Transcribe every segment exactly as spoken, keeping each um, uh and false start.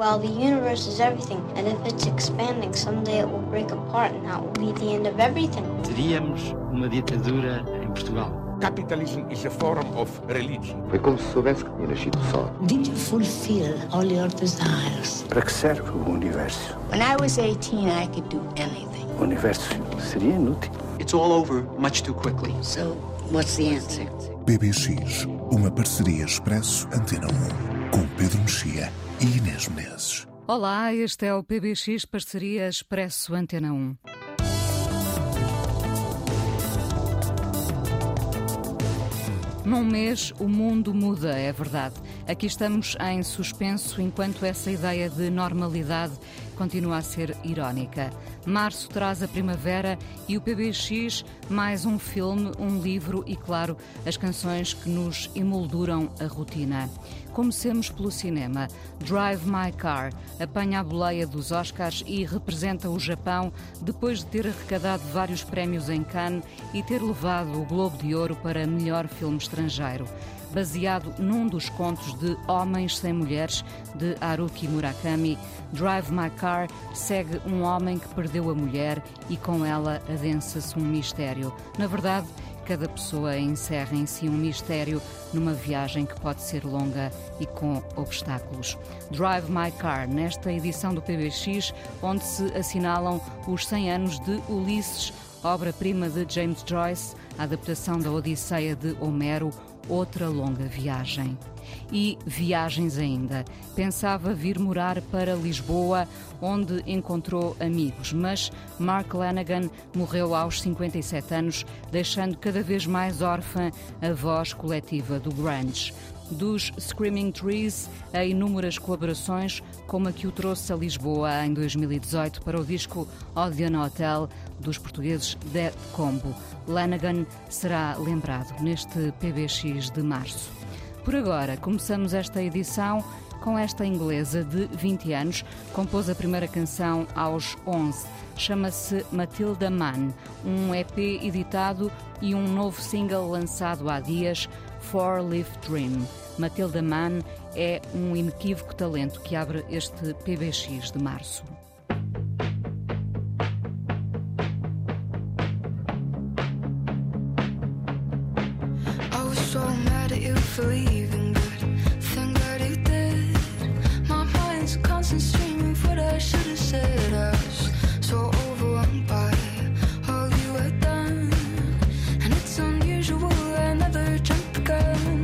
Well, the universe is everything, and if it's expanding, someday it will break apart, and that will be the end of everything. Teríamos uma ditadura em Portugal. Capitalism is a form of religion. Foi como se soubesse que tinha nascido só. Did you fulfill all your desires? Para que serve o universo? When I was eighteen, I could do anything. O universo seria inútil. It's all over much too quickly. So, what's the answer? P B X, uma parceria Expresso Antena um, com Pedro Mexia e Inês Menezes. Olá, este é o P B X Parceria Expresso Antena um. Num mês, o mundo muda, é verdade. Aqui estamos em suspenso enquanto essa ideia de normalidade continua a ser irónica. Março traz a primavera e o P B X, mais um filme, um livro e, claro, as canções que nos emolduram a rotina. Comecemos pelo cinema. Drive My Car apanha a boleia dos Oscars e representa o Japão depois de ter arrecadado vários prémios em Cannes e ter levado o Globo de Ouro para melhor filme estrangeiro. Baseado num dos contos de Homens Sem Mulheres, de Haruki Murakami, Drive My Car segue um homem que perdeu a mulher e com ela adensa-se um mistério. Na verdade, cada pessoa encerra em si um mistério numa viagem que pode ser longa e com obstáculos. Drive My Car, nesta edição do P B X, onde se assinalam os cem anos de Ulisses, obra-prima de James Joyce, a adaptação da Odisseia de Homero, outra longa viagem. E viagens ainda. Pensava vir morar para Lisboa, onde encontrou amigos, mas Mark Lanegan morreu aos cinquenta e sete anos, deixando cada vez mais órfã a voz coletiva do grunge. Dos Screaming Trees a inúmeras colaborações, como a que o trouxe a Lisboa em dois mil e dezoito para o disco Odeon Hotel dos portugueses Dead Combo. Lanegan será lembrado neste P B X de março. Por agora, começamos esta edição com esta inglesa de vinte anos, compôs a primeira canção aos onze. Chama-se Matilda Mann, um E P editado e um novo single lançado há dias, Four Leaf Dream. Matilda Mann é um inequívoco talento que abre este P B X de março. I was so mad at you for leaving, but thank God you did. My mind's a constant stream of what I should have said. I was so overwhelmed by all you had done, and it's unusual I never jumped the gun.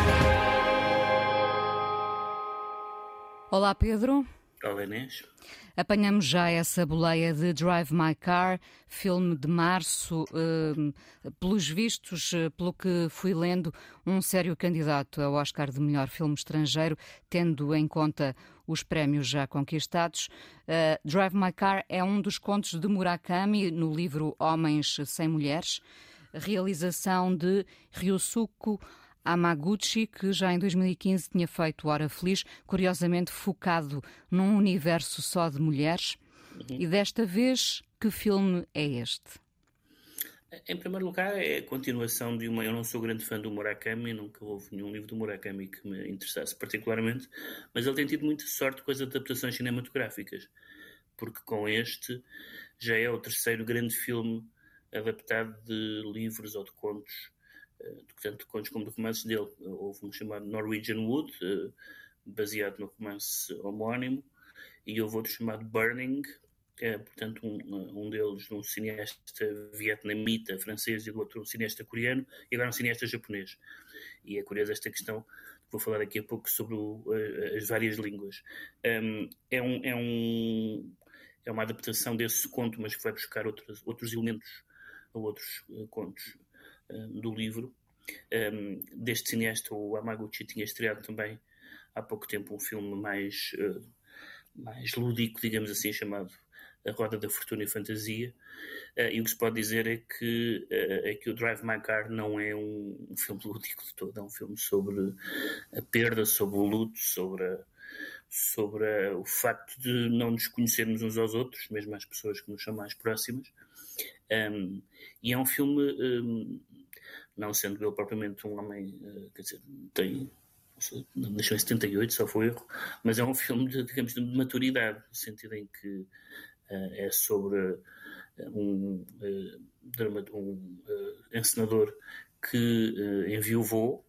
Olá, Pedro. Olá, Inês. Apanhamos já essa boleia de Drive My Car, filme de março, eh, pelos vistos, pelo que fui lendo, um sério candidato ao Oscar de melhor filme estrangeiro, tendo em conta os prémios já conquistados. Uh, Drive My Car é um dos contos de Murakami no livro Homens Sem Mulheres, realização de Ryosuke Hamaguchi, que já em dois mil e quinze tinha feito Hora Feliz, curiosamente focado num universo só de mulheres. Uhum. E desta vez, que filme é este? Em primeiro lugar, é a continuação de uma... Eu não sou grande fã do Murakami, nunca houve nenhum livro do Murakami que me interessasse particularmente, mas ele tem tido muita sorte com as adaptações cinematográficas, porque com este já é o terceiro grande filme adaptado de livros ou de contos, tanto de contos como de romances dele. Houve um chamado Norwegian Wood, baseado no romance homónimo, e houve outro chamado Burning, é, portanto, um, um deles um cineasta vietnamita, francês, e do outro um cineasta coreano, e agora um cineasta japonês. E é curiosa esta questão, vou falar daqui a pouco sobre o, as várias línguas. Um, é, um, é, um, é uma adaptação desse conto, mas que vai buscar outros, outros elementos a outros uh, contos uh, do livro. Um, deste cineasta, o Hamaguchi tinha estreado também há pouco tempo um filme mais, uh, mais lúdico, digamos assim, chamado A Roda da Fortuna e Fantasia, uh, e o que se pode dizer é que, uh, é que o Drive My Car não é um, um filme lúdico de todo, é um filme sobre a perda, sobre o luto, sobre, a, sobre a, o facto de não nos conhecermos uns aos outros, mesmo as pessoas que nos são mais próximas. Um, e é um filme, um, não sendo ele propriamente um homem, uh, quer dizer, tem... nasceu em setenta e oito, só foi erro, mas é um filme de, digamos, de maturidade, no sentido em que uh, é sobre uh, um, uh, drama, um uh, encenador que uh, enviuvou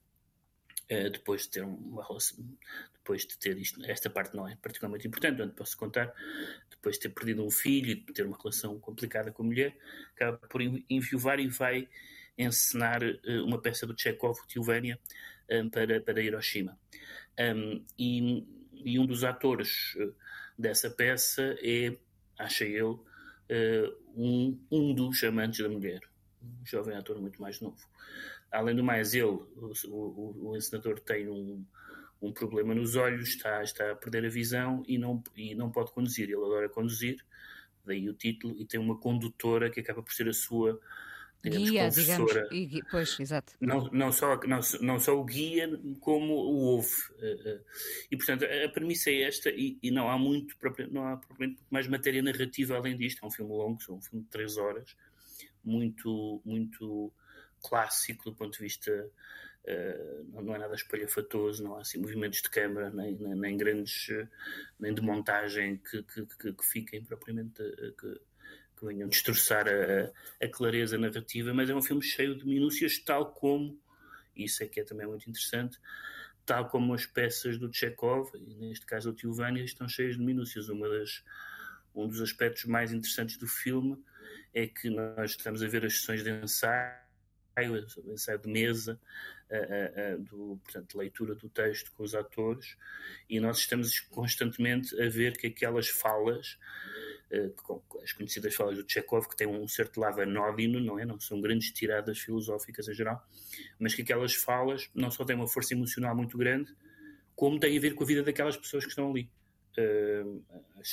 uh, depois de ter uma relação, depois de ter isto, esta parte não é particularmente importante, onde posso contar, depois de ter perdido um filho e de ter uma relação complicada com a mulher, acaba por enviuvar e vai encenar uh, uma peça do Chekhov, o Tilvânia, um, para, para Hiroshima. Um, e, e um dos atores uh, dessa peça é, acha ele, uh, um, um dos amantes da mulher, um jovem ator muito mais novo. Além do mais, ele, o, o, o encenador, tem um, um problema nos olhos, está, está a perder a visão e não, e não pode conduzir. Ele adora conduzir, daí o título, e tem uma condutora que acaba por ser a sua... Digamos, guia, digamos, e, pois, exato. Não, não, só, não, não só o guia, como o ouve. E, portanto, a premissa é esta, e, e não há muito, não há propriamente mais matéria narrativa além disto. É um filme longo, é um filme de três horas, muito, muito clássico do ponto de vista, uh, não é nada espalhafatoso, não há assim movimentos de câmara, nem, nem, nem grandes, nem de montagem que, que, que, que fiquem propriamente... Que, que venham destroçar a, a clareza narrativa, mas é um filme cheio de minúcias, tal como, isso é que é também muito interessante, tal como as peças do Chekhov, e neste caso do Tilvânia, estão cheias de minúcias. Uma das, um dos aspectos mais interessantes do filme é que nós estamos a ver as sessões de ensaio, ensaio de mesa, a, a, a, do, portanto, leitura do texto com os atores, e nós estamos constantemente a ver que aquelas falas, com as conhecidas falas do Chekhov, que têm um certo lado anódino, não é? Não são grandes tiradas filosóficas em geral, mas que aquelas falas não só têm uma força emocional muito grande, como têm a ver com a vida daquelas pessoas que estão ali. Uh,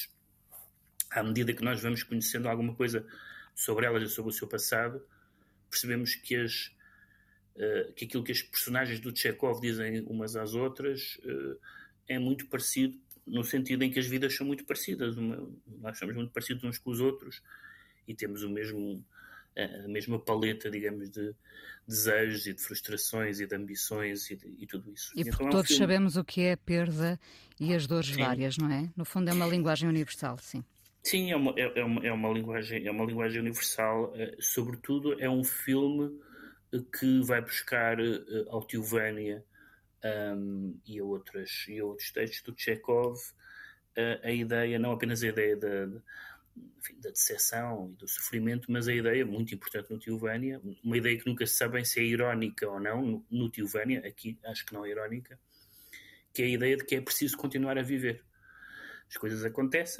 à medida que nós vamos conhecendo alguma coisa sobre elas e sobre o seu passado, percebemos que, as, uh, que aquilo que as personagens do Chekhov dizem umas às outras uh, é muito parecido, no sentido em que as vidas são muito parecidas. Uma, nós somos muito parecidos uns com os outros e temos o mesmo, a mesma paleta, digamos, de desejos e de frustrações e de ambições e, de, e tudo isso. E então, porque é um todos filme... sabemos o que é a perda e as dores Sim. várias, não é? No fundo é uma linguagem universal, sim. Sim, é uma, é, é uma, é uma, linguagem, é uma linguagem universal. Sobretudo é um filme que vai buscar ao Tilvânia Um, e, a outras, e a outros textos do Chekhov a, a ideia, não apenas a ideia da, de, enfim, da decepção e do sofrimento, mas a ideia, muito importante no Tilvânia, uma ideia que nunca se sabe se é irónica ou não no, no Tilvânia, aqui acho que não é irónica, que é a ideia de que é preciso continuar a viver. As coisas acontecem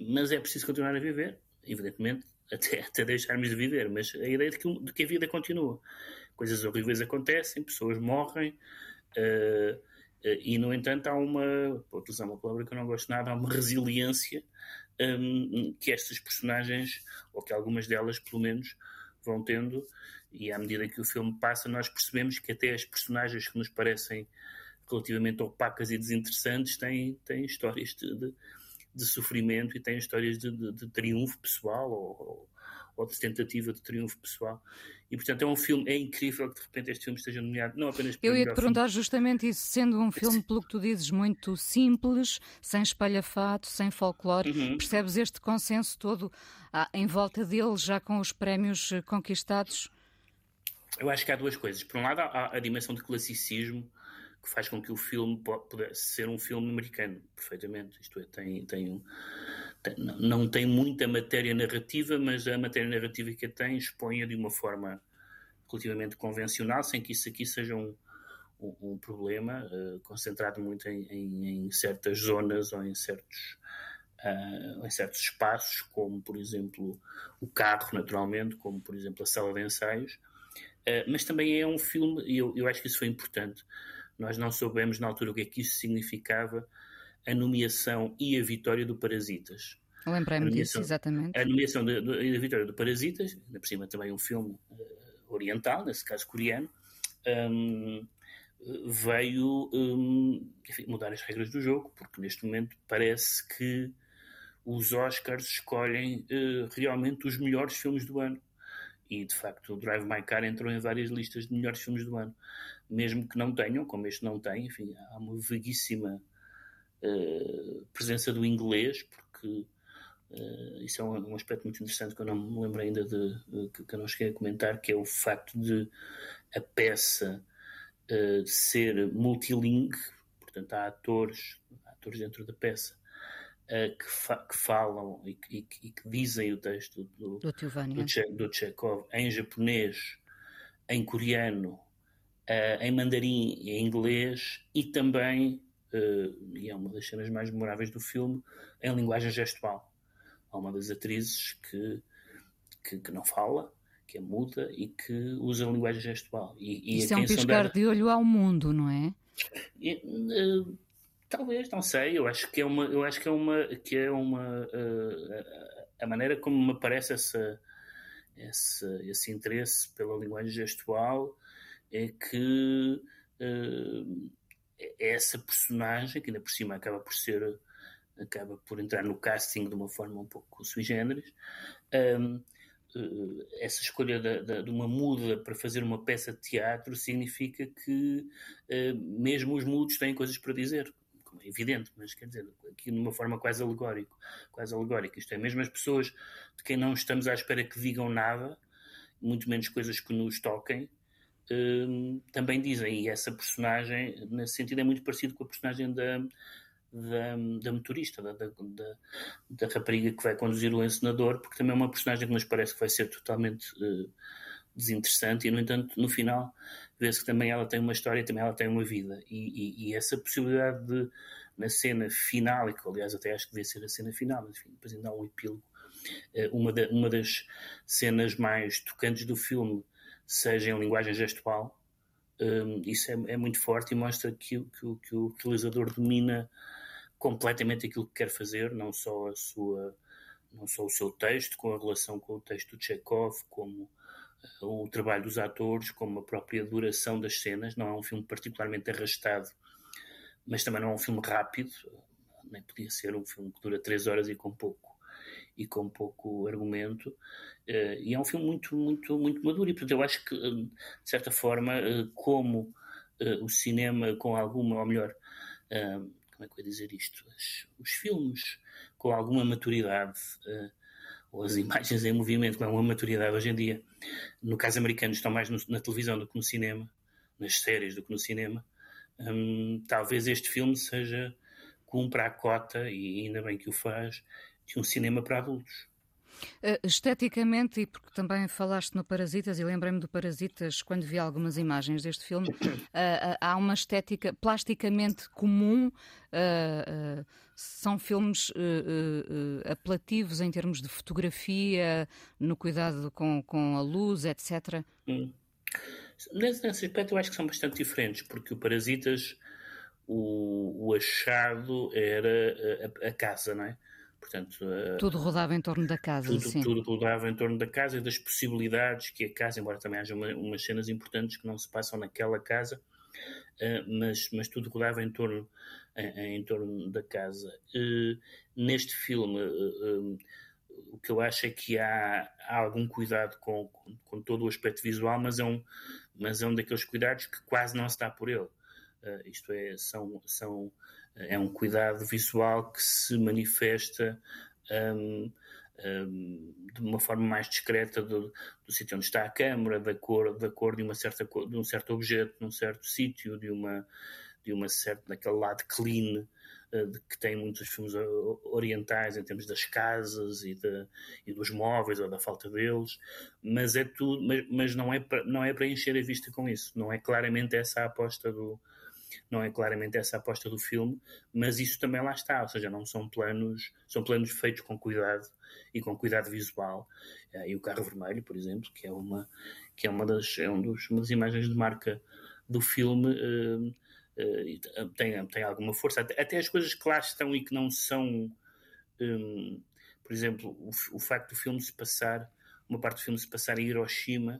mas é preciso continuar a viver, evidentemente, até, até deixarmos de viver, mas a ideia de que, de que a vida continua. Coisas horríveis acontecem, pessoas morrem, uh, uh, e, no entanto, há uma, vou utilizar uma palavra que eu não gosto nada, há uma resiliência um, que estas personagens, ou que algumas delas, pelo menos, vão tendo, e à medida que o filme passa, nós percebemos que até as personagens que nos parecem relativamente opacas e desinteressantes têm, têm histórias de, de, de sofrimento e têm histórias de, de, de triunfo pessoal ou, ou de tentativa de triunfo pessoal. E, portanto, é um filme, é incrível que de repente este filme esteja nomeado, não apenas por Eu ia te perguntar filme. justamente isso, sendo um filme, pelo que tu dizes, muito simples, sem espalhafato, sem folclore, Uhum. percebes este consenso todo ah, em volta dele, já com os prémios eh, conquistados? Eu acho que há duas coisas. Por um lado, há a dimensão de classicismo, que faz com que o filme pudesse ser um filme americano, perfeitamente. Isto é, tem, tem um, tem, não tem muita matéria narrativa, mas a matéria narrativa que a tem expõe-a de uma forma relativamente convencional, sem que isso aqui seja um, um, um problema, uh, concentrado muito em, em, em certas zonas ou em certos, uh, em certos espaços, como, por exemplo, o carro, naturalmente, como, por exemplo, a sala de ensaios. Uh, mas também é um filme, e eu, eu acho que isso foi importante. Nós não soubemos na altura o que é que isso significava, a nomeação e a vitória do Parasitas. Lembrei-me disso, exatamente. A nomeação da vitória do Parasitas, ainda por cima também um filme uh, oriental, nesse caso coreano, um, veio um, enfim, mudar as regras do jogo, porque neste momento parece que os Oscars escolhem uh, realmente os melhores filmes do ano. E, de facto, o Drive My Car entrou em várias listas de melhores filmes do ano. Mesmo que não tenham, como este não tem, enfim, há uma vaguíssima uh, presença do inglês, porque uh, isso é um, um aspecto muito interessante que eu não me lembro ainda de, uh, que, que eu não cheguei a comentar, que é o facto de a peça uh, ser multilingue, portanto, há atores, há atores dentro da peça, Uh, que, fa- que falam e que, e, que, e que dizem o texto do, do, do, che- do Chekhov em japonês, em coreano, uh, em mandarim e em inglês, e também, uh, e é uma das cenas mais memoráveis do filme, em linguagem gestual. Há uma das atrizes que, que, que não fala, que é muda e que usa a linguagem gestual. E, e Isso é um piscar dela... de olho ao mundo, não é? E, uh, Talvez, não sei, eu acho que é uma, eu acho que é uma, que é uma uh, a maneira como me parece essa, esse, esse interesse pela linguagem gestual é que uh, essa personagem, que ainda por cima acaba por ser, acaba por entrar no casting de uma forma um pouco sui generis, um, uh, essa escolha de, de, de uma muda para fazer uma peça de teatro significa que uh, mesmo os mudos têm coisas para dizer. É evidente, mas quer dizer, aqui de uma forma quase alegórica, quase alegórica. Isto é, mesmo as pessoas de quem não estamos à espera que digam nada, muito menos coisas que nos toquem, hum, também dizem. E essa personagem, nesse sentido, é muito parecido com a personagem da, da, da motorista, da, da, da, da rapariga que vai conduzir o encenador, porque também é uma personagem que nos parece que vai ser totalmente uh, desinteressante e, no entanto, no final vê-se que também ela tem uma história e também ela tem uma vida. E, e, e essa possibilidade de, na cena final, e que aliás até acho que devia ser a cena final, mas enfim, depois ainda há um epílogo, uma, da, uma das cenas mais tocantes do filme seja em linguagem gestual. Um, isso é, é muito forte e mostra que, que, que o realizador domina completamente aquilo que quer fazer, não só a sua, não só o seu texto, com a relação com o texto do Chekhov, como o trabalho dos atores, como a própria duração das cenas. Não é um filme particularmente arrastado, mas também não é um filme rápido, nem podia ser um filme que dura três horas e com pouco, e com pouco argumento, e é um filme muito, muito, muito maduro, e portanto eu acho que, de certa forma, como o cinema com alguma, ou melhor, como é que eu ia dizer isto, os filmes com alguma maturidade, ou as imagens em movimento com alguma maturidade hoje em dia, no caso americano, estão mais no, na televisão do que no cinema, nas séries do que no cinema. Hum, talvez este filme seja cumpra a cota, e ainda bem que o faz, de um cinema para adultos. Uh, esteticamente, e porque também falaste no Parasitas, e lembrei-me do Parasitas quando vi algumas imagens deste filme, uh, uh, há uma estética plasticamente comum, uh, uh, são filmes uh, uh, uh, apelativos em termos de fotografia, no cuidado com, com a luz, etcétera. Hum. Nesse, nesse aspecto eu acho que são bastante diferentes, porque o Parasitas, o, o achado era a, a casa, não é? Portanto, tudo rodava em torno da casa, tudo, sim. Tudo rodava em torno da casa e das possibilidades que a casa, embora também haja uma, umas cenas importantes que não se passam naquela casa, uh, mas, mas tudo rodava em torno, em, em torno da casa. Uh, neste filme, uh, uh, o que eu acho é que há, há algum cuidado com, com, com todo o aspecto visual, mas é, um, mas é um daqueles cuidados que quase não se dá por ele. Uh, isto é, são... são é um cuidado visual que se manifesta um, um, de uma forma mais discreta do, do sítio onde está a câmara, da cor, da cor de, uma certa, de um certo objeto, de um certo sítio, de uma, de uma certa, daquele lado clean uh, de, que tem muitos filmes orientais em termos das casas e, de, e dos móveis ou da falta deles, mas, é tudo, mas, mas não, é para, não é para encher a vista com isso, não é claramente essa a aposta do Não é claramente essa a aposta do filme, mas isso também lá está, ou seja, não são planos, são planos feitos com cuidado e com cuidado visual. E o Carro Vermelho, por exemplo, que é uma, que é uma, das, é um dos, uma das imagens de marca do filme, uh, uh, tem, tem alguma força. Até, até as coisas que lá estão e que não são, um, por exemplo, o, o facto do filme se passar, uma parte do filme se passar em Hiroshima.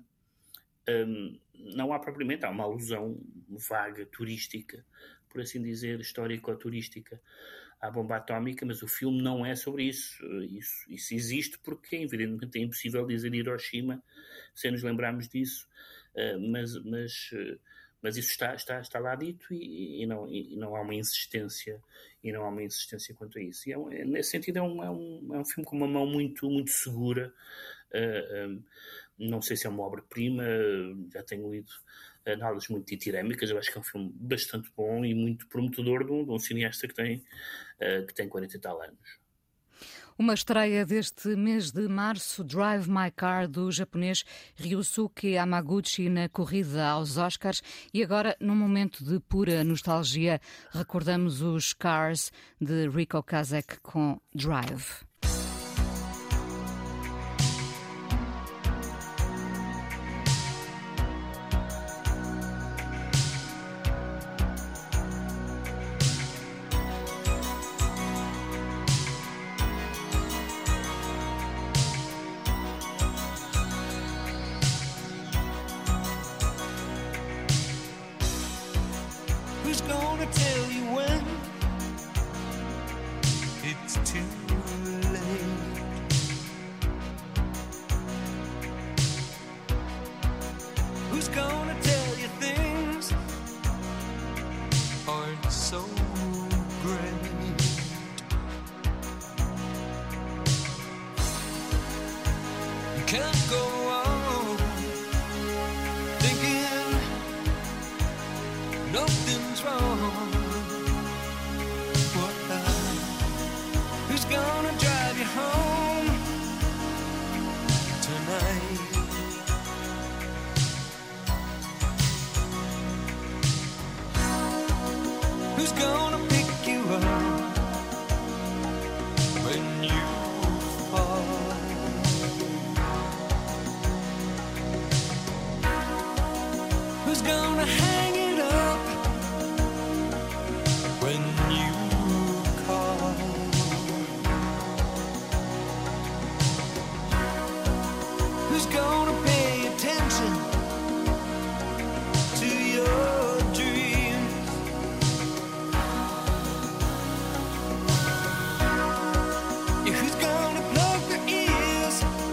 Um, não há propriamente, há uma alusão vaga, turística, por assim dizer, histórico-turística à bomba atómica, mas o filme não é sobre isso. Isso, isso existe porque, evidentemente, é impossível dizer Hiroshima sem nos lembrarmos disso, uh, mas, mas, uh, mas isso está, está, está lá dito e, e, não, e não há uma insistência e não há uma insistência quanto a isso. E é um, nesse sentido é um, é, um, é um filme com uma mão muito, muito segura. Uh, um, não sei se é uma obra-prima, já tenho lido análises muito ditirâmicas, eu acho que é um filme bastante bom e muito prometedor de um, de um cineasta que tem, uh, que tem quarenta e tal anos. Uma estreia deste mês de março, Drive My Car, do japonês Ryusuke Hamaguchi, na corrida aos Oscars. E agora, num momento de pura nostalgia, recordamos os Cars de Rico Kazek com Drive.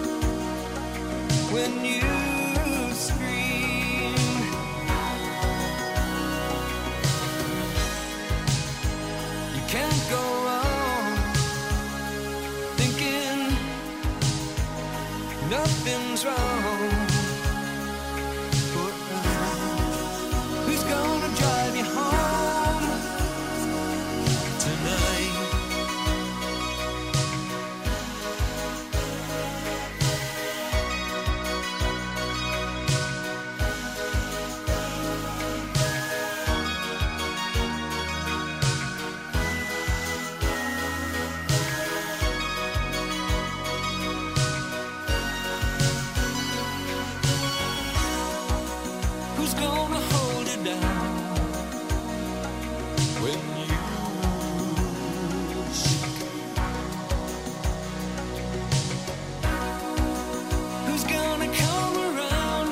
When you scream, down when you speak? Who's gonna come around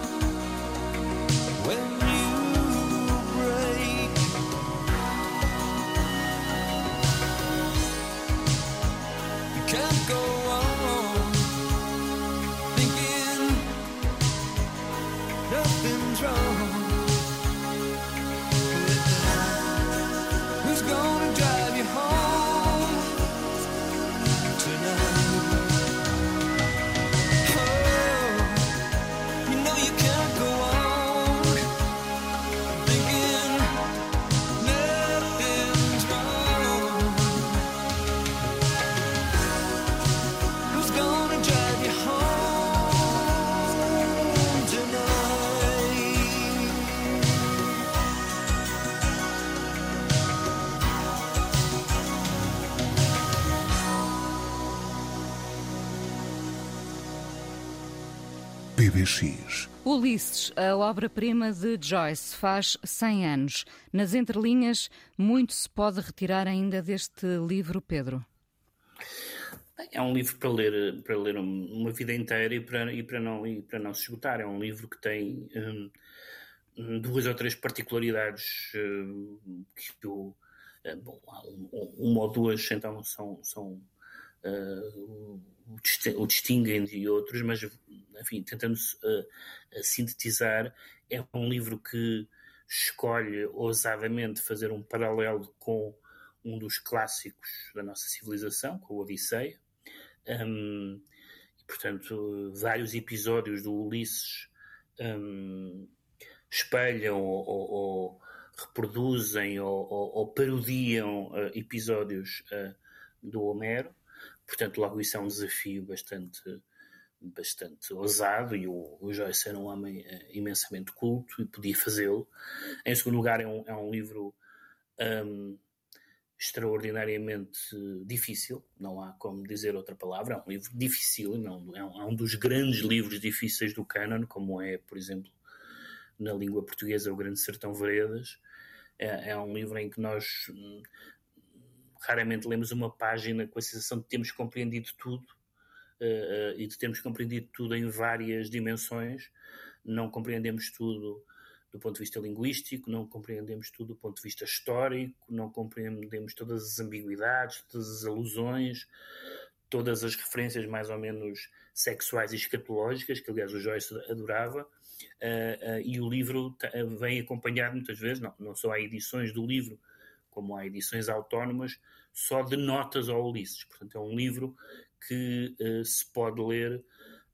when you break? You can't go on thinking nothing's wrong. Who's gonna drive you home tonight? Oh, you know you can't go on thinking nothing's wrong. Who's gonna drive you home tonight? B B X. Ulisses, a obra-prima de Joyce, faz cem anos. Nas entrelinhas, muito se pode retirar ainda deste livro, Pedro? É um livro para ler, para ler uma vida inteira e para, e para, não, e para não se esgotar. É um livro que tem hum, duas ou três particularidades hum, que eu, eh, bom, há um, uma ou duas então são, são uh, o distin- o distinguem de outros, mas enfim, tentando uh, sintetizar, é um livro que escolhe ousadamente fazer um paralelo com um dos clássicos da nossa civilização, com a Odisseia. Um, e, portanto, vários episódios do Ulisses um, espelham ou, ou, ou reproduzem ou, ou, ou parodiam uh, episódios uh, do Homero. Portanto, logo isso é um desafio bastante, bastante ousado, e o, o Joyce era um homem uh, imensamente culto e podia fazê-lo. Em segundo lugar, é um, é um livro um, extraordinariamente difícil, não há como dizer outra palavra. É um livro difícil, não, é, um, é um dos grandes livros difíceis do cânon, como é, por exemplo, na língua portuguesa, O Grande Sertão Veredas. É, é um livro em que nós hum, raramente lemos uma página com a sensação de termos compreendido tudo, uh, uh, e de termos compreendido tudo em várias dimensões. Não compreendemos tudo do ponto de vista linguístico, não compreendemos tudo do ponto de vista histórico, não compreendemos todas as ambiguidades, todas as alusões, todas as referências mais ou menos sexuais e escatológicas, que aliás o Joyce adorava, uh, uh, e o livro t- vem acompanhado muitas vezes, não, não só há edições do livro, como há edições autónomas, só de notas ao Ulisses. Portanto, é um livro que uh, se pode ler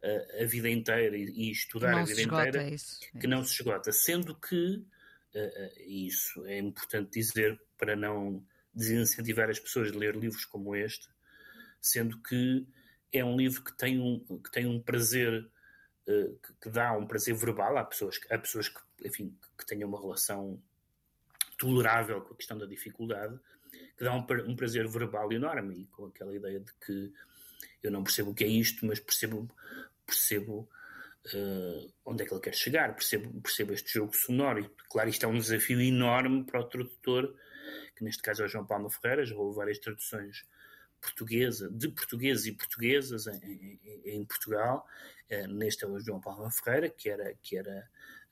a vida inteira e estudar não a vida esgota, inteira, é isso, é que não se esgota, sendo que uh, isso é importante dizer para não desincentivar as pessoas de ler livros como este, sendo que é um livro que tem um, que tem um prazer, uh, que, que dá um prazer verbal. Há pessoas, há pessoas que, enfim, que tenham uma relação tolerável com a questão da dificuldade, que dá um, um prazer verbal enorme, e com aquela ideia de que eu não percebo o que é isto, mas percebo, percebo uh, onde é que ele quer chegar, percebo, percebo este jogo sonoro. E, claro, isto é um desafio enorme para o tradutor, que neste caso é o João Palma Ferreira. Já houve várias traduções portuguesa, de portugueses e portuguesas em, em, em Portugal. Uh, neste é o João Palma Ferreira, que era, que era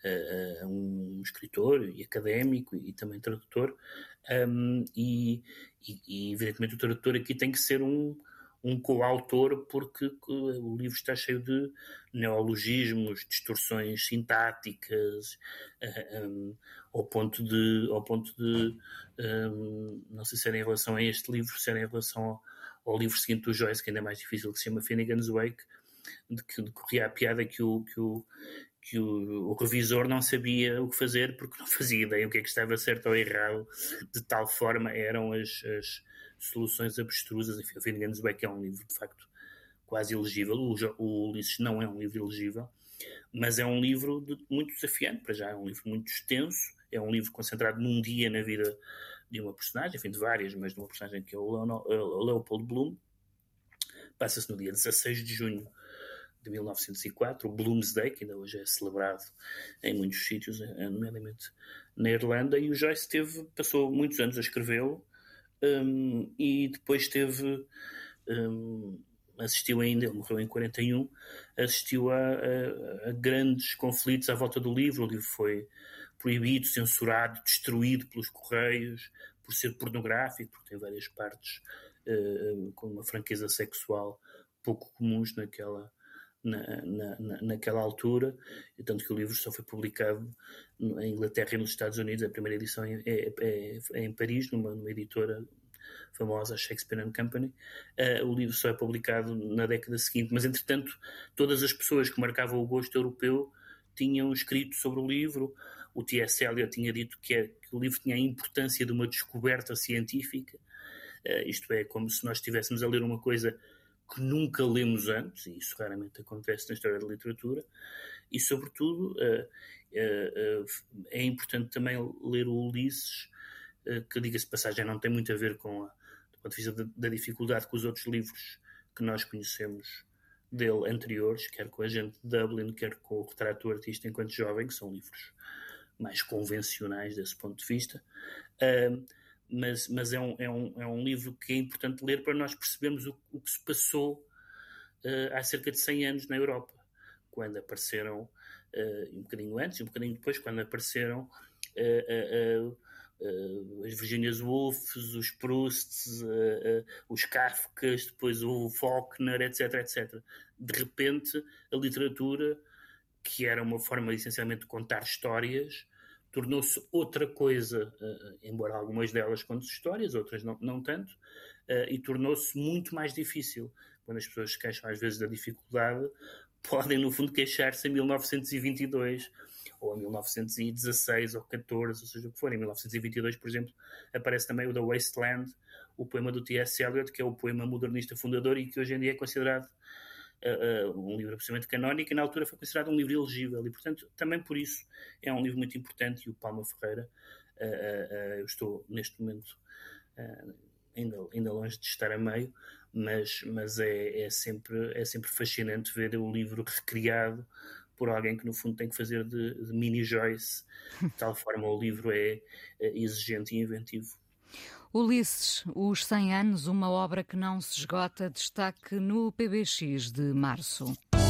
uh, um escritor e académico e, e também tradutor. Um, e, e, e, evidentemente, o tradutor aqui tem que ser um um coautor, porque o livro está cheio de neologismos, distorções sintáticas, um, ao ponto de, ao ponto de um, não sei se era em relação a este livro, se era em relação ao, ao livro seguinte do Joyce, que ainda é mais difícil, que se chama Finnegan's Wake, de que decorria a piada que o, que o que o, o revisor não sabia o que fazer, porque não fazia ideia o que é que estava certo ou errado, de tal forma eram as, as soluções abstrusas. Enfim, o Finnegan's Wake é um livro, de facto, quase ilegível. O, o Ulisses não é um livro ilegível, mas é um livro de, muito desafiante. Para já é um livro muito extenso, é um livro concentrado num dia na vida de uma personagem, enfim, de várias, mas de uma personagem que é o Leopold Bloom. Passa-se no dia dezasseis de junho de mil novecentos e quatro, o Bloomsday, que ainda hoje é celebrado em muitos sítios, nomeadamente na Irlanda, e o Joyce teve, passou muitos anos a escrevê-lo, um, e depois teve... Um, assistiu ainda, ele morreu em quarenta e um, assistiu a, a, a grandes conflitos à volta do livro. O livro foi proibido, censurado, destruído pelos Correios, por ser pornográfico, porque tem várias partes uh, com uma franqueza sexual pouco comuns naquela, na, na, na, naquela altura, e tanto que o livro só foi publicado em Inglaterra e nos Estados Unidos. A primeira edição é, é, é, é em Paris, numa, numa editora famosa, Shakespeare and Company. Uh, o livro só é publicado na década seguinte, mas entretanto todas as pessoas que marcavam o gosto europeu tinham escrito sobre o livro. O T S Eliot tinha dito que, é, que o livro tinha a importância de uma descoberta científica, uh, isto é, como se nós estivéssemos a ler uma coisa que nunca lemos antes, e isso raramente acontece na história da literatura, e sobretudo uh, uh, uh, é importante também ler o Ulisses, que, diga-se de passagem, não tem muito a ver com a, do ponto de vista da, da dificuldade com os outros livros que nós conhecemos dele anteriores, quer com a Gente de Dublin, quer com o Retrato do Artista enquanto Jovem, que são livros mais convencionais desse ponto de vista. Uh, mas mas é, um, é, um, é um livro que é importante ler para nós percebermos o, o que se passou uh, há cerca de cem anos na Europa, quando apareceram, uh, um bocadinho antes e um bocadinho depois, quando apareceram uh, uh, uh, Uh, as Virginias Woolfs, os Prousts, uh, uh, os Kafkas, depois o Faulkner, etc, etcétera. De repente, a literatura, que era uma forma essencialmente de contar histórias, tornou-se outra coisa, uh, embora algumas delas contem histórias, outras não, não tanto, uh, e tornou-se muito mais difícil. Quando as pessoas se queixam às vezes da dificuldade, podem no fundo queixar-se em mil novecentos e vinte e dois, ou em mil novecentos e dezasseis ou catorze, ou seja o que for. Em mil novecentos e vinte e dois, por exemplo, aparece também o The Wasteland, o poema do T S Eliot, que é o poema modernista fundador e que hoje em dia é considerado uh, uh, um livro absolutamente canónico, e na altura foi considerado um livro elegível, e portanto também por isso é um livro muito importante. E o Palma Ferreira, uh, uh, uh, eu estou neste momento uh, ainda, ainda longe de estar a meio, mas, mas é, é, sempre, é sempre fascinante ver o livro recriado por alguém que no fundo tem que fazer de, de mini Joyce. De tal forma o livro é, é exigente e inventivo. Ulisses, os cem anos, uma obra que não se esgota, destaque no P B X de março.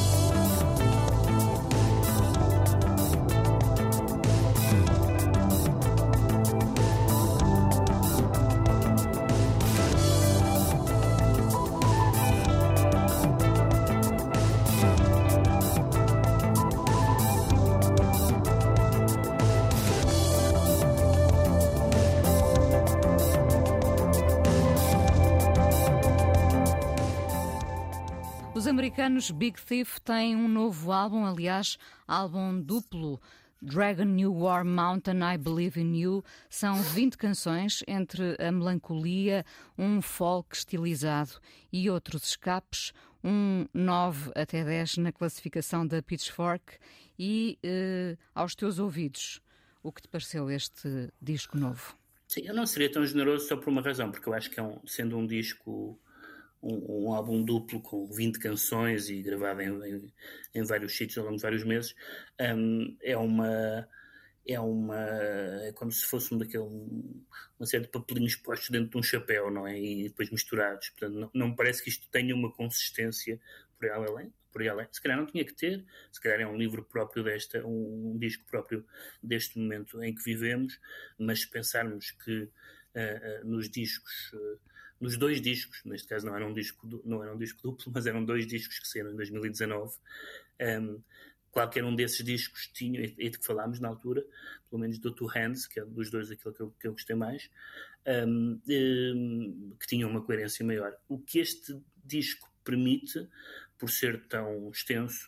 Os americanos Big Thief têm um novo álbum, aliás, álbum duplo, Dragon New War Mountain, I Believe in You. São vinte canções, entre a melancolia, um folk estilizado e outros escapes, um nove até dez na classificação da Pitchfork. E eh, aos teus ouvidos, o que te pareceu este disco novo? Sim, eu não seria tão generoso só por uma razão, porque eu acho que é um, sendo um disco... Um, um álbum duplo com vinte canções e gravado em, em, em vários sítios ao longo de vários meses, um, é uma é uma é como se fosse um daquele, uma série de papelinhos postos dentro de um chapéu, não é? E depois misturados. Portanto, não, não me parece que isto tenha uma consistência por aí além. Por aí além. Se calhar não tinha que ter, se calhar é um livro próprio desta, um, um disco próprio deste momento em que vivemos, mas se pensarmos que uh, uh, nos discos uh, nos dois discos, neste caso não era um disco, não era um disco duplo, mas eram dois discos que saíram em dois mil e dezanove. Um, qualquer um desses discos tinha, e de que falámos na altura, pelo menos do Two Hands, que é dos dois aquele que eu, que eu gostei mais, um, um, que tinha uma coerência maior. O que este disco permite, por ser tão extenso,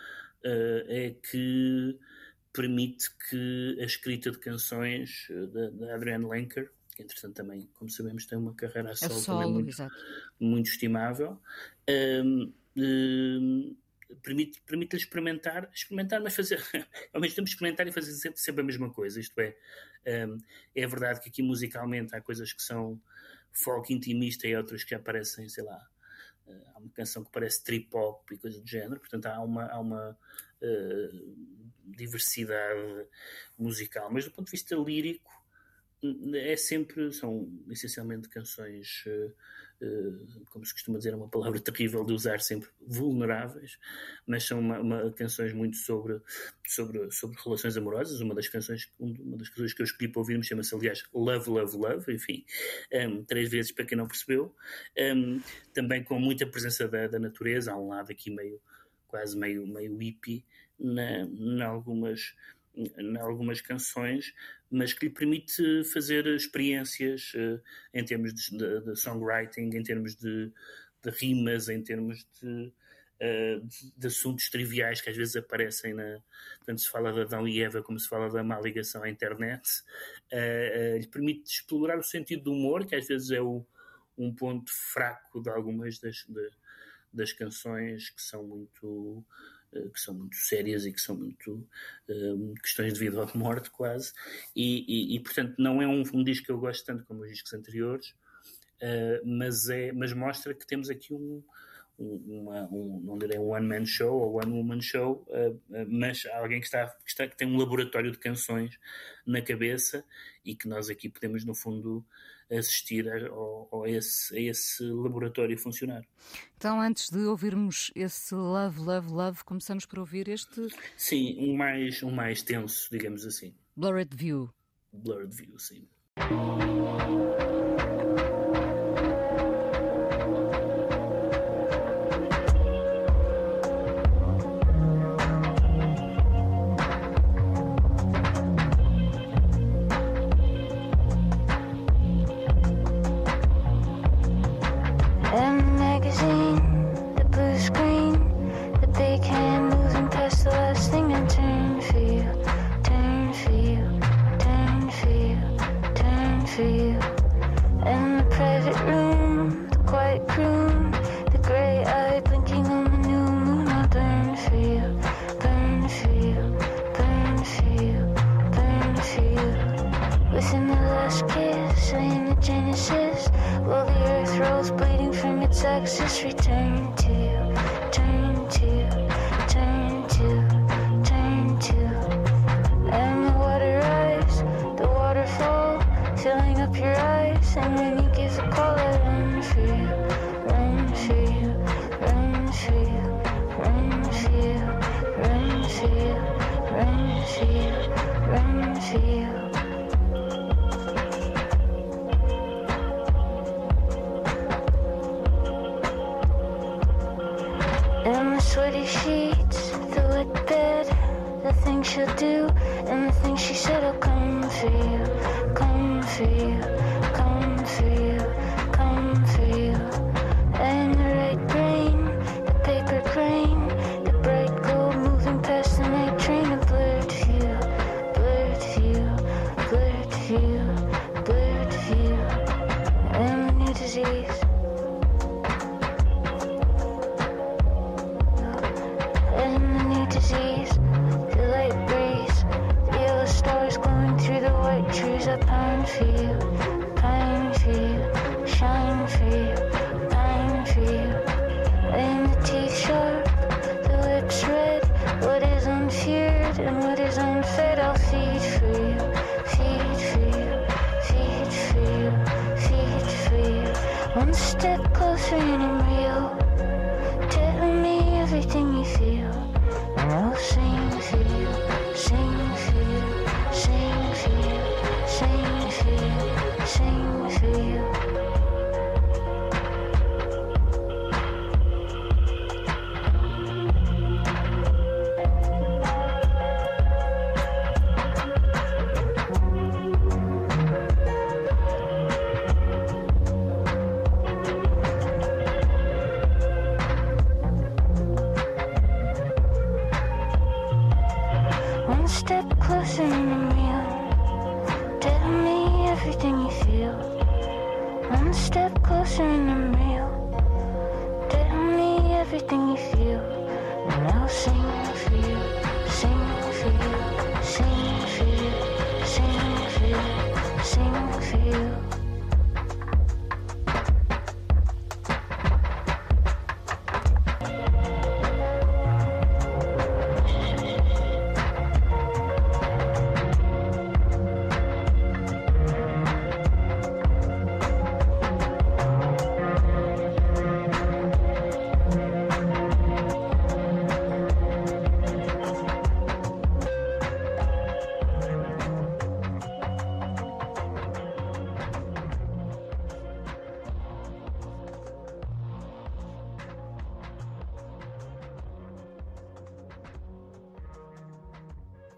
uh, é que permite que a escrita de canções da, da Adrienne Lenker, que entretanto também, como sabemos, tem uma carreira a solo, é solo também muito, muito estimável, um, um, permite, permite-lhe experimentar, experimentar, mas fazer, ao mesmo tempo experimentar e fazer sempre, sempre a mesma coisa. Isto é, um, é verdade que aqui musicalmente há coisas que são folk intimista e outras que aparecem, sei lá, há uma canção que parece trip-hop e coisa do género, portanto há uma, há uma uh, diversidade musical, mas do ponto de vista lírico é sempre, são essencialmente canções, uh, uh, como se costuma dizer, é uma palavra terrível de usar sempre, vulneráveis, mas são uma, uma, canções muito sobre, sobre, sobre relações amorosas. Uma das canções, uma das canções que eu escolhi para ouvir chama-se, aliás, Love, Love, Love, enfim, um, três vezes para quem não percebeu, um, também com muita presença da, da natureza. Há um lado aqui meio, quase meio, meio hippie, na, na algumas... em algumas canções, mas que lhe permite fazer experiências uh, em termos de, de, de songwriting, em termos de, de rimas, em termos de, uh, de, de assuntos triviais que às vezes aparecem na, tanto se fala de Adão e Eva como se fala da má ligação à internet. Uh, uh, lhe permite explorar o sentido do humor, que às vezes é o, um ponto fraco de algumas das, de, das canções que são muito... que são muito sérias e que são muito um, questões de vida ou de morte quase, e, e, e portanto não é um, um disco que eu gosto tanto como os discos anteriores, uh, mas, é, mas mostra que temos aqui um, um, uma, um não direi um one-man show ou one-woman show, uh, uh, mas alguém que, está, que, está, que tem um laboratório de canções na cabeça e que nós aqui podemos no fundo assistir a, a, a, esse, a esse laboratório funcionar. Então, antes de ouvirmos esse Love, Love, Love, começamos por ouvir este... Sim, um mais, um mais tenso, digamos assim. Blurred View. Blurred View, sim.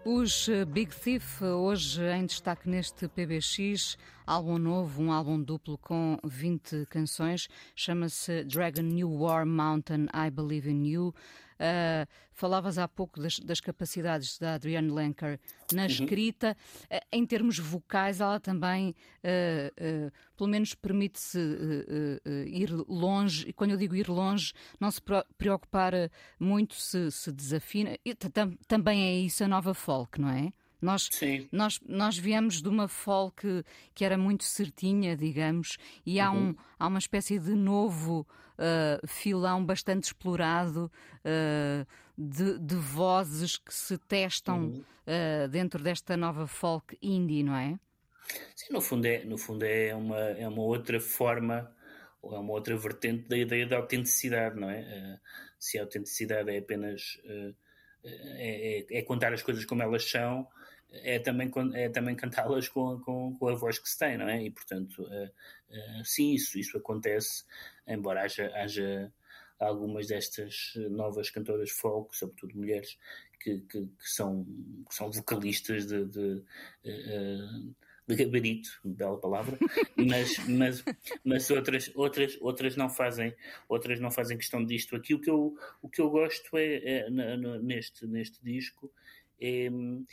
Os Big Thief, hoje em destaque neste P B X, álbum novo, um álbum duplo com vinte canções, chama-se Dragon New War Mountain, I Believe in You. Uh, falavas há pouco das, das capacidades da Adrienne Lenker na escrita. Uhum. Uh, em termos vocais, ela também, uh, uh, pelo menos, permite-se uh, uh, ir longe, e quando eu digo ir longe, não se preocupar muito se, se desafina. E tam, também é isso a nova folk, não é? Nós, nós, nós viemos de uma folk que era muito certinha, digamos, e há, um, há uma espécie de novo uh, filão bastante explorado uh, de, de vozes que se testam uhum. uh, dentro desta nova folk indie, não é? Sim, no fundo é, no fundo é, uma, é uma outra forma, ou é uma outra vertente da ideia da autenticidade, não é? Uh, se a autenticidade é apenas... Uh, É, é, é contar as coisas como elas são, é também, é também cantá-las com, com, com a voz que se tem, não é? E, portanto, uh, uh, sim, isso, isso acontece, embora haja, haja algumas destas novas cantoras folk, sobretudo mulheres, que, que, que, são, que são vocalistas de... de uh, de gabarito, bela palavra, mas, mas, mas outras, outras, outras, não fazem, outras não fazem questão disto. Aqui o que eu, o que eu gosto é, é neste, neste disco é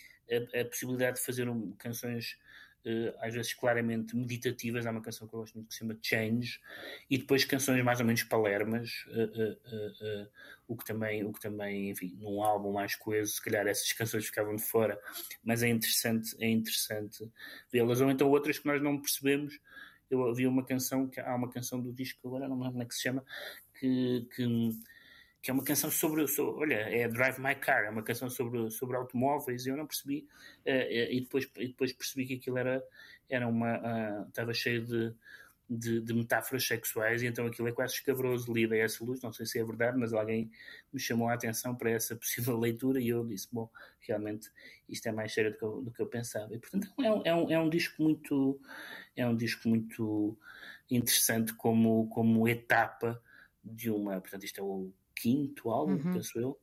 a, a possibilidade de fazer um, canções uh, às vezes claramente meditativas. Há uma canção que eu gosto muito que se chama Change, e depois canções mais ou menos palermas, uh, uh, uh, uh, o, que também, o que também, enfim, num álbum mais coeso, se calhar essas canções ficavam de fora, mas é interessante, é interessante vê-las. Ou então outras que nós não percebemos. Eu ouvi uma canção, que há uma canção do disco, agora não me lembro como é que se chama, que... que que é uma canção sobre, sobre, olha, é Drive My Car, é uma canção sobre, sobre automóveis, e eu não percebi, uh, e, depois, e depois percebi que aquilo era, era uma, uh, estava cheio de, de, de metáforas sexuais, e então aquilo é quase escabroso, lida a essa luz, não sei se é verdade, mas alguém me chamou a atenção para essa possível leitura, e eu disse, bom, realmente isto é mais sério do que eu, do que eu pensava, e portanto é um, é um, é um disco muito, é um disco muito interessante como, como etapa de uma, portanto isto é o quinto álbum, uhum. penso eu,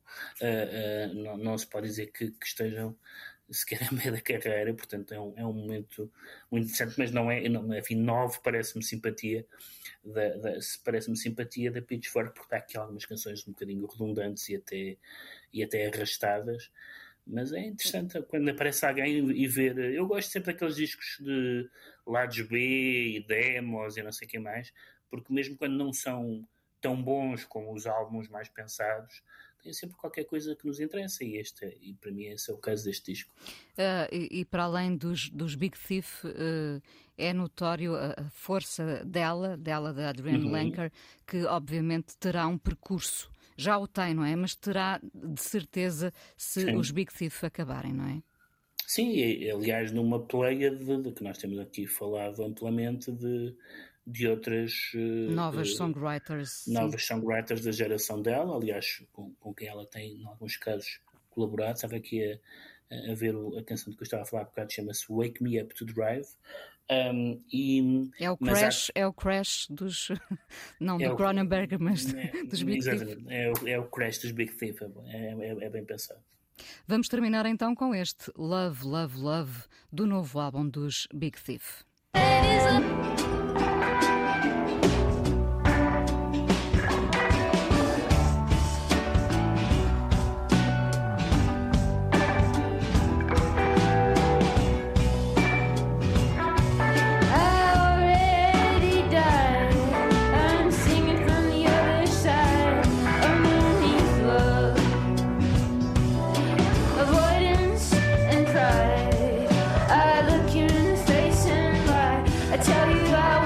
uh, uh, não, não se pode dizer que, que estejam sequer a meio da carreira, portanto é um, é um momento muito interessante, mas não é, não, enfim, nove parece-me simpatia da, da, parece-me simpatia da Pitchfork, porque há aqui algumas canções um bocadinho redundantes e até, e até arrastadas, mas é interessante quando aparece alguém e ver. Eu gosto sempre daqueles discos de lados B e demos e não sei o que mais, porque mesmo quando não são tão bons como os álbuns mais pensados, tem sempre qualquer coisa que nos interessa, e, este, e para mim esse é o caso deste disco. Uh, e, e para além dos, dos Big Thief, uh, é notório a, a força dela, dela da Adrienne uhum. Lenker, que obviamente terá um percurso, já o tem, não é? Mas terá de certeza se Sim. os Big Thief acabarem, não é? Sim, e, aliás numa pleia de, de que nós temos aqui falado amplamente de de outras uh, novas songwriters novas sim. songwriters da geração dela, aliás com, com quem ela tem em alguns casos colaborado. Estava aqui a, a ver o, a canção de que eu estava a falar há bocado, chama-se Wake Me Up to Drive, um, e, é o Crash há... é o Crash dos não é do Cronenberg, mas é, dos Big Thief. É o, é o Crash dos Big Thief, é, é, é bem pensado. Vamos terminar então com este Love, Love, Love do novo álbum dos Big Thief. I look you in the face and lie. I tell you I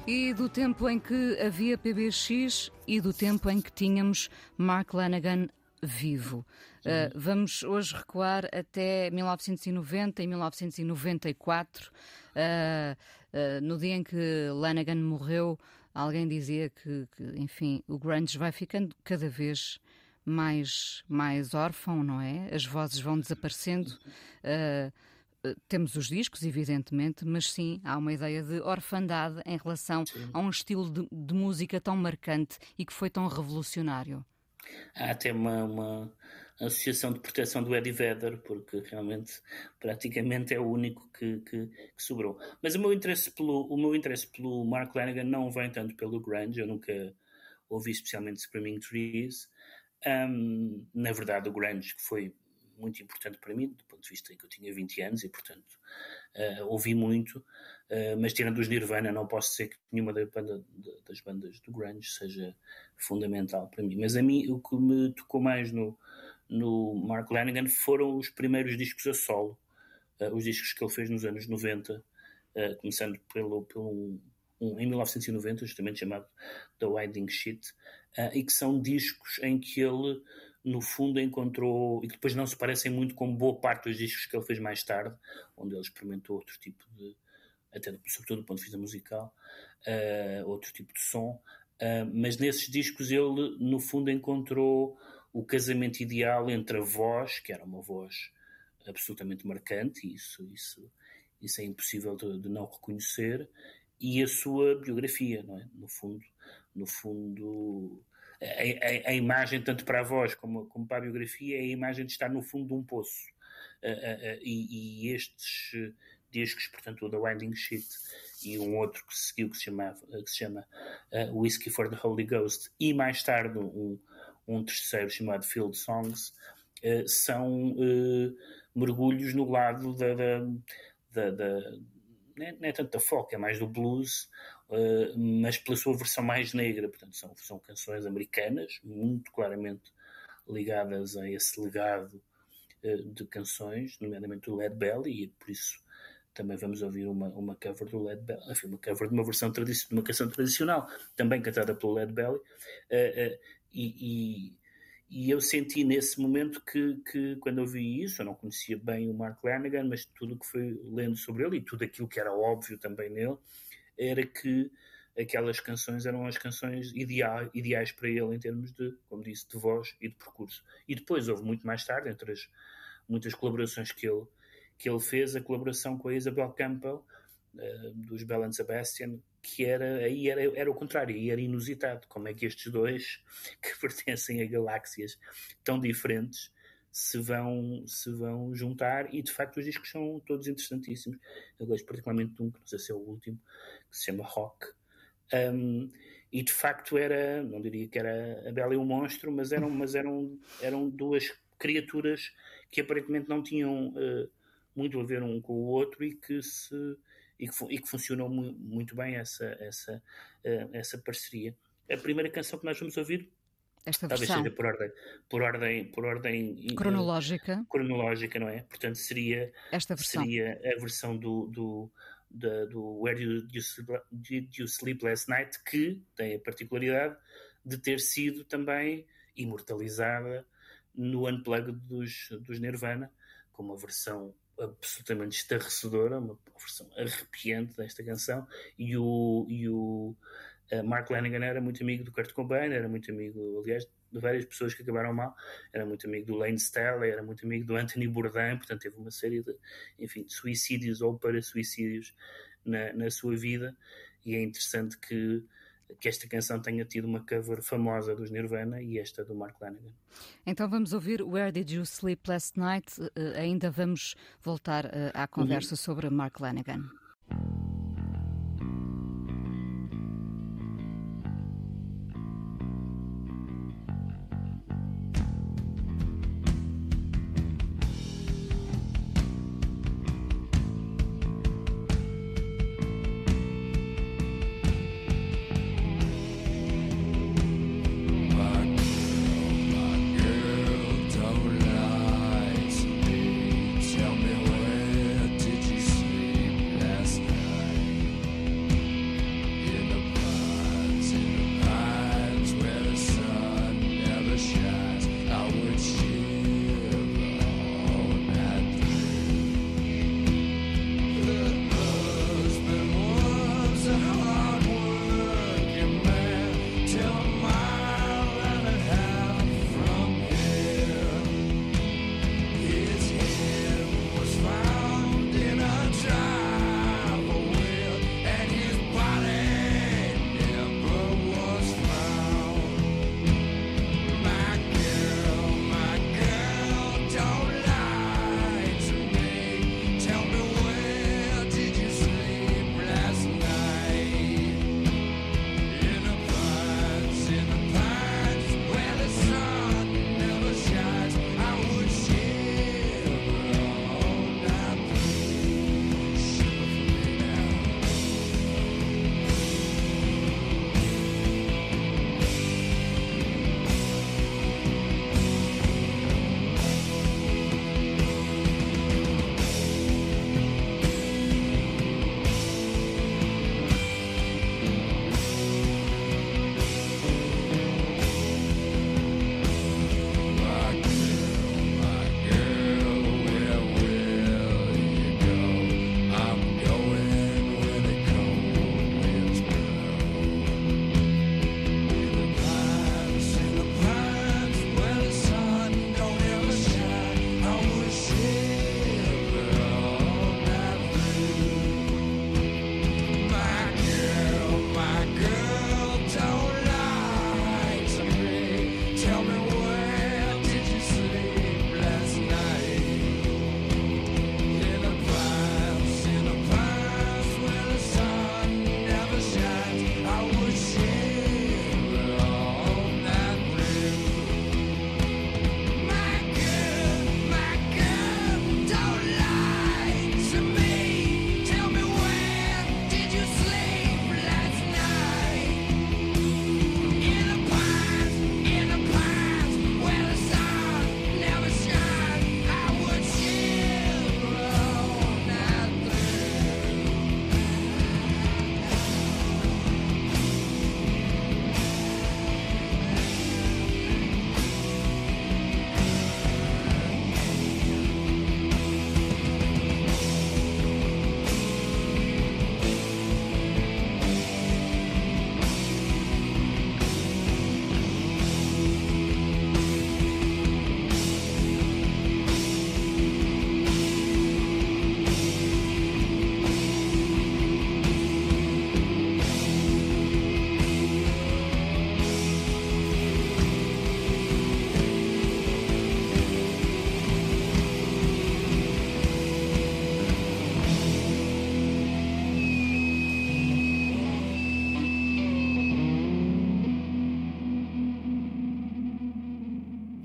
E do tempo em que havia P B X e do tempo em que tínhamos Mark Lanegan vivo. Uh, vamos hoje recuar até mil novecentos e noventa e mil novecentos e noventa e quatro. Uh, uh, no dia em que Lanegan morreu, alguém dizia que, que, enfim, o grunge vai ficando cada vez mais, mais órfão, não é? As vozes vão desaparecendo. Uh, Temos os discos, evidentemente, mas sim, há uma ideia de orfandade em relação sim. a um estilo de, de música tão marcante e que foi tão revolucionário. Há até uma, uma associação de proteção do Eddie Vedder, porque realmente, praticamente é o único que, que, que sobrou. Mas o meu, interesse pelo, o meu interesse pelo Mark Lanegan não vem tanto pelo grunge, eu nunca ouvi especialmente Screaming Trees. Um, na verdade, o grunge que foi muito importante para mim, do ponto de vista em que eu tinha vinte anos e, portanto, uh, ouvi muito, uh, mas tirando os Nirvana, não posso dizer que nenhuma da banda, de, das bandas do grunge seja fundamental para mim. Mas a mim, o que me tocou mais no, no Mark Lanegan foram os primeiros discos a solo, uh, os discos que ele fez nos anos noventa, uh, começando pelo, pelo um, em mil novecentos e noventa, justamente chamado The Winding Sheet, uh, e que são discos em que ele no fundo encontrou, e que depois não se parecem muito com boa parte dos discos que ele fez mais tarde, onde ele experimentou outro tipo de, até sobretudo do ponto de vista musical, uh, outro tipo de som, uh, mas nesses discos ele no fundo encontrou o casamento ideal entre a voz, que era uma voz absolutamente marcante, e isso, isso, isso é impossível de, de não reconhecer, e a sua biografia, não é? No fundo, no fundo A, a, a imagem, tanto para a voz como, como para a biografia, é a imagem de estar no fundo de um poço. Uh, uh, uh, e, e estes uh, discos, portanto, o The Winding Sheet e um outro que se seguiu que se, chamava, uh, que se chama uh, Whiskey for the Holy Ghost, e mais tarde um, um terceiro chamado Field Songs, uh, são uh, mergulhos no lado da... da, da, da Não é, não é tanto da folk, é mais do blues, uh, mas pela sua versão mais negra. Portanto, são, são canções americanas, muito claramente ligadas a esse legado uh, de canções, nomeadamente do Lead Belly, e por isso também vamos ouvir uma, uma cover do Lead Belly, enfim, uma cover de uma versão tradicional, de uma canção tradicional, também cantada pelo Lead Belly, uh, uh, e, e E eu senti nesse momento que, que, quando eu vi isso, eu não conhecia bem o Mark Lanegan, mas tudo o que fui lendo sobre ele, e tudo aquilo que era óbvio também nele, era que aquelas canções eram as canções ideais, ideais para ele em termos de, como disse, de voz e de percurso. E depois houve muito mais tarde, entre as muitas colaborações que ele, que ele fez, a colaboração com a Isabel Campbell, uh, dos Belle and Sebastian, que era, aí era, era o contrário, aí era inusitado. Como é que estes dois, que pertencem a galáxias tão diferentes, se vão, se vão juntar, e de facto os discos são todos interessantíssimos. Eu gosto particularmente de um, que não sei se é o último, que se chama Rock. Um, e de facto era, não diria que era a Bela e o Monstro, mas eram, mas eram, eram duas criaturas que aparentemente não tinham uh, muito a ver um com o outro, e que se... E que, e que funcionou mu- muito bem essa, essa, uh, essa parceria. A primeira canção que nós vamos ouvir, esta talvez versão. seja por ordem, por ordem, por ordem cronológica. Uh, cronológica, não é? Portanto, seria, esta versão. seria a versão do, do, da, do Where Did you, Did You Sleep Last Night, que tem a particularidade de ter sido também imortalizada no Unplugged dos, dos Nirvana, com uma versão absolutamente estarrecedora, uma versão arrepiante desta canção, e o, e o uh, Mark Lanegan era muito amigo do Kurt Cobain, era muito amigo, aliás, de várias pessoas que acabaram mal, era muito amigo do Lane Staley, era muito amigo do Anthony Bourdain, portanto teve uma série de, enfim, de suicídios ou para-suicídios na, na sua vida, e é interessante que que esta canção tenha tido uma cover famosa dos Nirvana e esta do Mark Lanegan. Então vamos ouvir Where Did You Sleep Last Night? Uh, ainda vamos voltar uh, à conversa uhum. sobre Mark Lanegan. Tell me where did you sleep last night?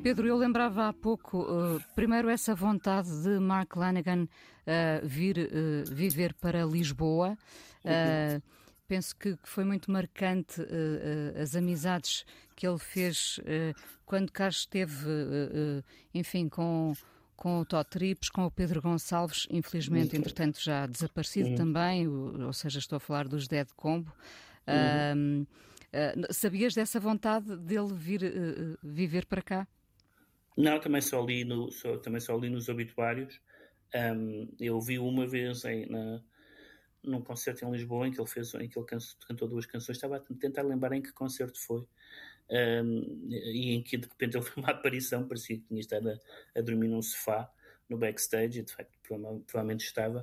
Pedro, eu lembrava há pouco, uh, primeiro essa vontade de Mark Lanegan uh, vir uh, viver para Lisboa. Uh, penso que, que foi muito marcante uh, uh, as amizades que ele fez uh, quando cá esteve, uh, uh, enfim, com... com o Tó Trips, com o Pedro Gonçalves, infelizmente, entretanto, já desaparecido uhum. também, ou seja, estou a falar dos Dead Combo. Uhum. Uh, uh, sabias dessa vontade dele vir uh, viver para cá? Não, também só li, no, só, também só li nos obituários. Um, eu vi uma vez em, na, num concerto em Lisboa em que ele, fez, em que ele canso, cantou duas canções. Estava a tentar lembrar em que concerto foi. Um, e em que de repente ele foi uma aparição, parecia que tinha estado a, a dormir num sofá no backstage, e de facto provavelmente estava,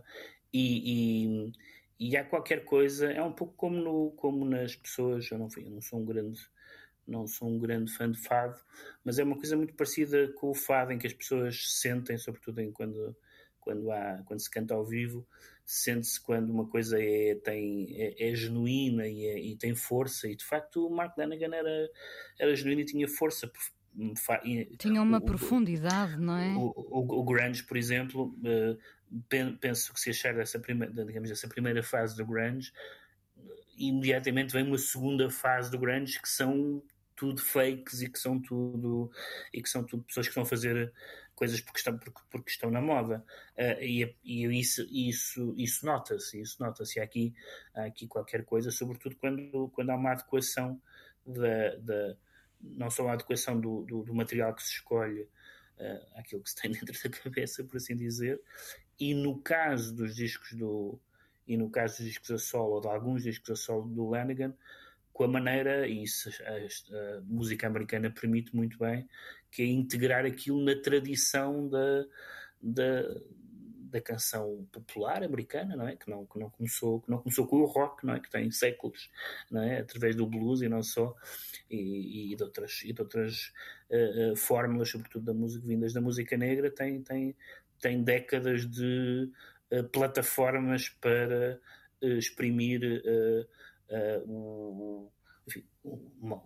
e, e, e há qualquer coisa, é um pouco como, no, como nas pessoas, eu não, eu não sou um grande não sou um grande fã de fado, mas é uma coisa muito parecida com o fado, em que as pessoas sentem, sobretudo em quando Quando, há, quando se canta ao vivo, sente-se quando uma coisa é, tem, é, é genuína e, é, e tem força, e de facto o Mark Lanegan era, era genuíno e tinha força. Tinha uma o, profundidade, o, não é? O, o, o grunge, por exemplo, penso que se achar dessa primeira, digamos, dessa primeira fase do grunge, imediatamente vem uma segunda fase do grunge que são tudo fakes e que são tudo e que são tudo pessoas que estão a fazer coisas porque estão, porque, porque estão na moda, uh, e, e isso, isso, isso nota-se, isso nota-se. Há aqui, há aqui qualquer coisa, sobretudo quando, quando há uma adequação da, da, não só a adequação do, do, do material que se escolhe uh, àquilo que se tem dentro da cabeça, por assim dizer, e no caso dos discos do e no caso dos discos a solo, ou de alguns discos a solo do Lanegan, com a maneira, e isso a, a música americana permite muito bem, que é integrar aquilo na tradição da, da, da canção popular americana, não é? Que não, que não começou, que não começou com o rock, não é? Que tem séculos, não é? Através do blues e não só, e, e de outras, e de outras uh, uh, fórmulas, sobretudo da música, vindas da música negra, tem, tem, tem décadas de uh, plataformas para uh, exprimir uh, Uh, o, enfim, o,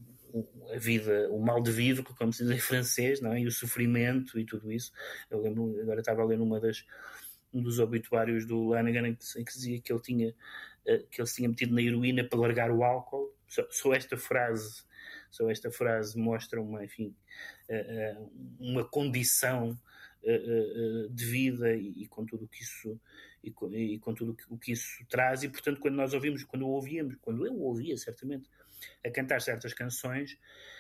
o, a vida, o mal de vivre, como se diz em francês, não é? E o sofrimento e tudo isso. Eu lembro, agora estava a ler numa das, um dos obituários do Lanegan em que, em que dizia que ele tinha uh, que ele se tinha metido na heroína para largar o álcool. Só, só esta frase só esta frase mostra uma, enfim, uh, uh, uma condição Uh, uh, de vida e, e com tudo o que isso e com, e com tudo o que isso traz, e portanto quando nós ouvimos, quando o ouvíamos, quando eu ouvia certamente a cantar certas canções,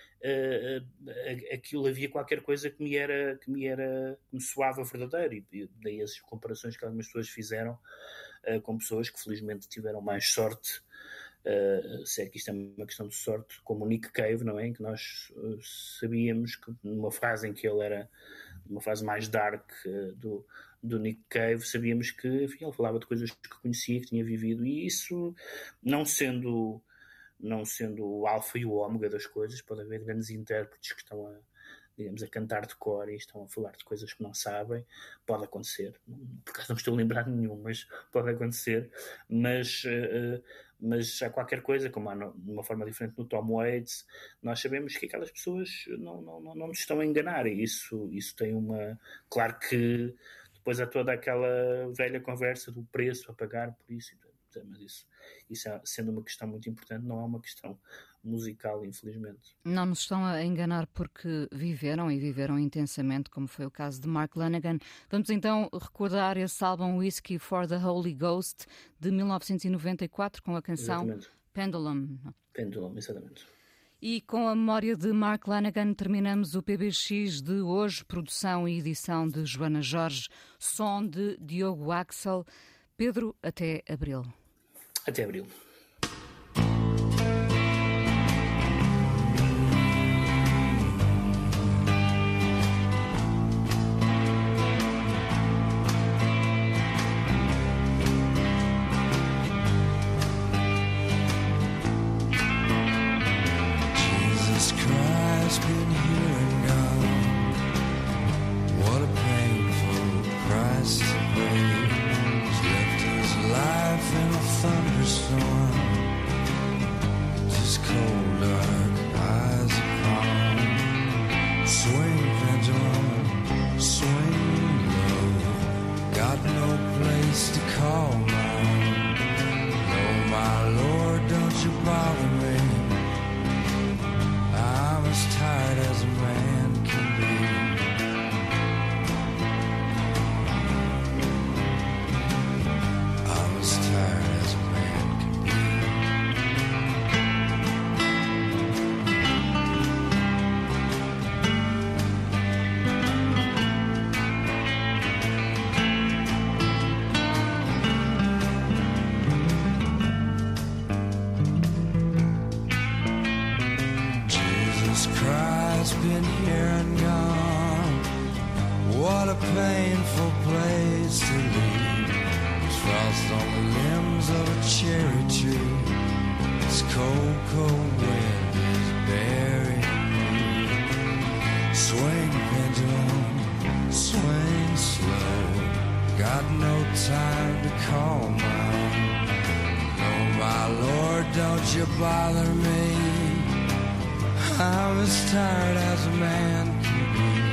uh, uh, aquilo havia qualquer coisa que me era que me era que me soava verdadeiro, e, e daí as comparações que algumas pessoas fizeram uh, com pessoas que felizmente tiveram mais sorte, uh, se é que isto é uma questão de sorte, como o Nick Cave, não é? Em que nós uh, sabíamos que numa fase em que ele era uma fase mais dark uh, do, do Nick Cave, sabíamos que, enfim, ele falava de coisas que conhecia, que tinha vivido, e isso, não sendo não sendo o alfa e o ômega das coisas, pode haver grandes intérpretes que estão a, digamos, a cantar de cor e estão a falar de coisas que não sabem, pode acontecer, por acaso não estou a lembrar de nenhum, mas pode acontecer, mas, uh, mas há qualquer coisa, como há no, de uma forma diferente no Tom Waits, nós sabemos que aquelas pessoas não, não, não, não nos estão a enganar, e isso, isso tem uma... Claro que depois há toda aquela velha conversa do preço a pagar por isso, mas isso, isso é, sendo uma questão muito importante, não é uma questão musical, infelizmente. Não nos estão a enganar porque viveram e viveram intensamente, como foi o caso de Mark Lanegan. Vamos então recordar esse álbum Whiskey for the Holy Ghost de mil novecentos e noventa e quatro com a canção exatamente. Pendulum. Pendulum, exatamente. E com a memória de Mark Lanegan terminamos o P B X de hoje, produção e edição de Joana Jorge, som de Diogo Axel. Pedro, até abril. Até abril. Jesus Christ, been here and gone. What a painful price to pay. Life in a thunderstorm. painful place to leave. There's frost on the limbs of a cherry tree. This cold, cold wind is burying me. Swing pendulum, swing slow. Got no time to call my own. No, my Lord, don't you bother me. I'm as tired as a man can be.